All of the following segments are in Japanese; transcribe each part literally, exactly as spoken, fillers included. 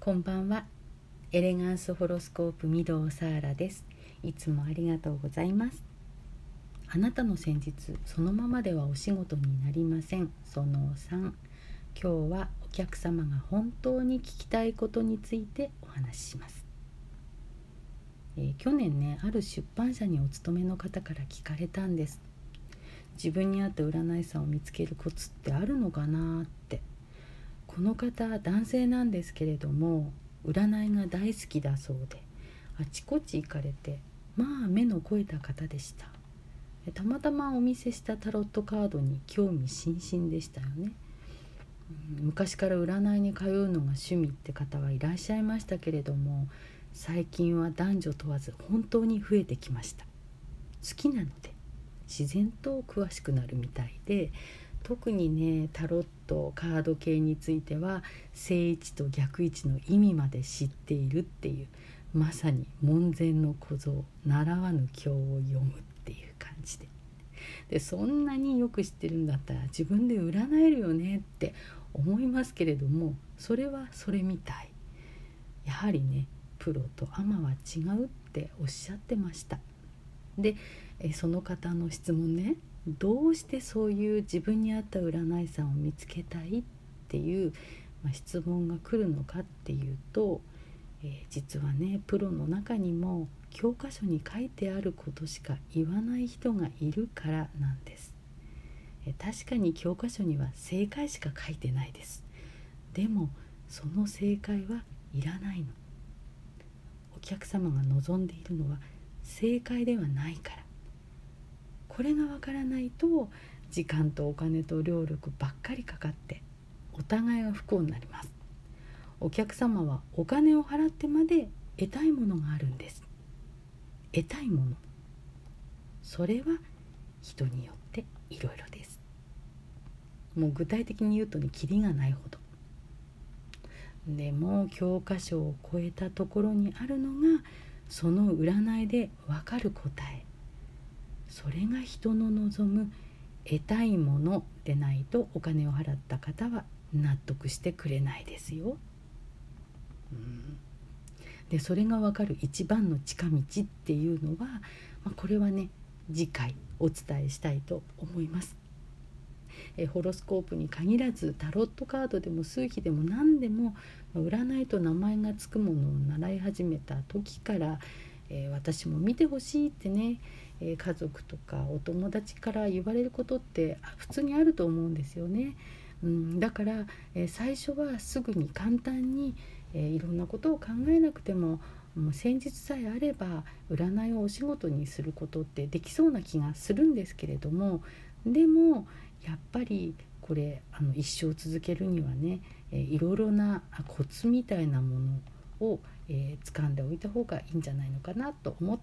こんばんは。エレガンスホロスコープ御堂サーラです。いつもありがとうございます。あなたの戦術、そのままではお仕事になりません。そのさん、今日はお客様が本当に聞きたいことについてお話しします。えー、去年ね、ある出版社にお勤めの方から聞かれたんです。自分に合った占い師さんを見つけるコツってあるのかなって。この方、男性なんですけれども、占いが大好きだそうで、あちこち行かれて、まあ目の肥えた方でした。たまたまお見せしたタロットカードに興味津々でしたよね。昔から占いに通うのが趣味って方はいらっしゃいましたけれども、最近は男女問わず本当に増えてきました。好きなので自然と詳しくなるみたいで、特にね、タロットカード系については正位置と逆位置の意味まで知っているっていう、まさに門前の小僧習わぬ経を読むっていう感じで、でそんなによく知ってるんだったら自分で占えるよねって思いますけれども、それはそれみたい。やはりね、プロとアマは違うっておっしゃってました。でその方の質問ね、どうしてそういう自分に合った占い師さんを見つけたいっていう、まあ、質問が来るのかっていうと、えー、実はね、プロの中にも教科書に書いてあることしか言わない人がいるからなんです。えー、確かに教科書には正解しか書いてないです。でもその正解はいらないの。お客様が望んでいるのは正解ではないから。これがわからないと、時間とお金と労力ばっかりかかってお互いが不幸になります。お客様はお金を払ってまで得たいものがあるんです。得たいもの、それは人によっていろいろです。もう具体的に言うとね、キリがないほど。でも教科書を超えたところにあるのが、その占いでわかる答え。それが人の望む得たいものでないと、お金を払った方は納得してくれないですよ。うん、でそれが分かる一番の近道っていうのは、まあ、これはね、次回お伝えしたいと思います。えホロスコープに限らず、タロットカードでも数秘でも何でも、占いと名前がつくものを習い始めた時から、えー、私も見てほしいってね、えー、家族とかお友達から言われることって普通にあると思うんですよね。うん、だから、えー、最初はすぐに簡単に、えー、いろんなことを考えなくても、もう先日さえあれば占いをお仕事にすることってできそうな気がするんですけれども、でもやっぱりこれあの一生続けるにはね、えー、いろいろなコツみたいなものを、えー、掴んでおいた方がいいんじゃないのかなと思って、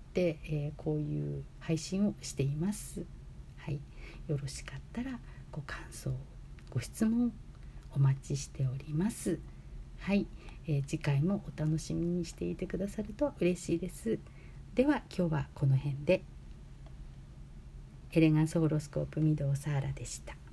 えー、こういう配信をしています。はい、よろしかったらご感想、ご質問お待ちしております。はい、えー、次回もお楽しみにしていてくださると嬉しいです。では今日はこの辺で。エレガンスホロスコープ御堂サーラでした。